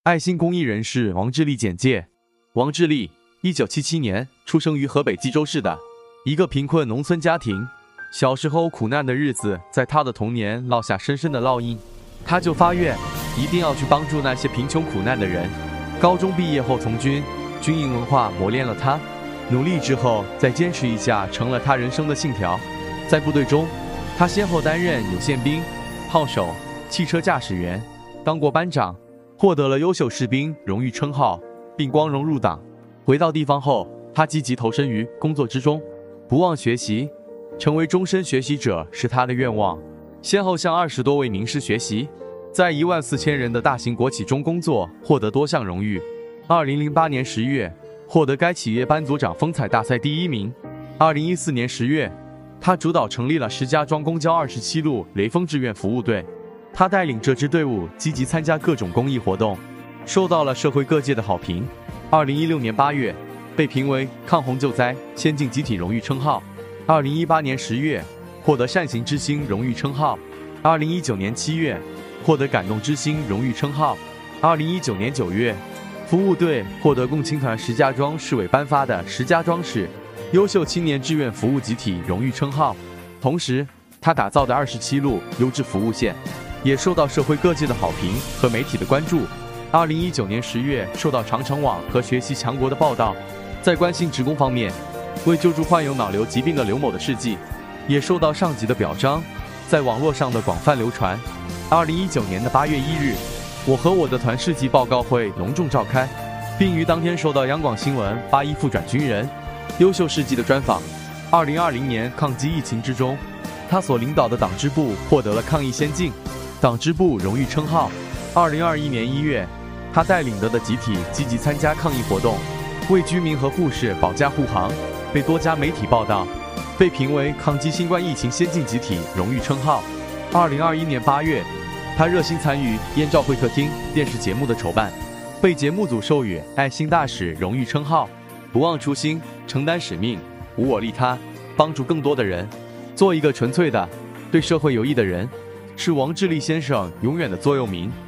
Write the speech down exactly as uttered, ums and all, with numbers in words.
爱心公益人士王志立简介：王志立，一九七七年出生于河北冀州市的一个贫困农村家庭。小时候苦难的日子在他的童年烙下深深的烙印，他就发愿一定要去帮助那些贫穷苦难的人。高中毕业后从军，军营文化磨练了他，努力之后再坚持一下，成了他人生的信条。在部队中，他先后担任有宪兵、炮手、汽车驾驶员，当过班长，获得了优秀士兵荣誉称号，并光荣入党。回到地方后，他积极投身于工作之中，不忘学习，成为终身学习者是他的愿望。先后向二十多位名师学习，在一万四千人的大型国企中工作，获得多项荣誉。二零零八年十月，获得该企业班组长风采大赛第一名。二零一四年十月，他主导成立了石家庄公交二十七路雷锋志愿服务队。他带领这支队伍积极参加各种公益活动，受到了社会各界的好评。二零一六年八月，被评为抗洪救灾先进集体荣誉称号。二零一八年十月，获得善行之星荣誉称号。二零一九年七月，获得感动之星荣誉称号。二零一九年九月，服务队获得共青团石家庄市委颁发的石家庄市优秀青年志愿服务集体荣誉称号。同时，他打造的二十七路优质服务线也受到社会各界的好评和媒体的关注。二零一九年十月，受到长城网和学习强国的报道，在关心职工方面，为救助患有脑瘤疾病的刘某的事迹，也受到上级的表彰，在网络上的广泛流传。二零一九年的八月一日，我和我的团事迹报告会隆重召开，并于当天受到央广新闻八一副转军人优秀事迹的专访。二零二零年抗击疫情之中，他所领导的党支部获得了抗疫先进党支部荣誉称号。二零二一年一月，他带领的的集体积极参加抗疫活动，为居民和护士保驾护航，被多家媒体报道，被评为抗击新冠疫情先进集体荣誉称号。二零二一年八月，他热心参与燕赵会客厅电视节目的筹办，被节目组授予爱心大使荣誉称号。不忘初心，承担使命，无我利他，帮助更多的人，做一个纯粹的对社会有益的人，是王志立先生永远的座右铭。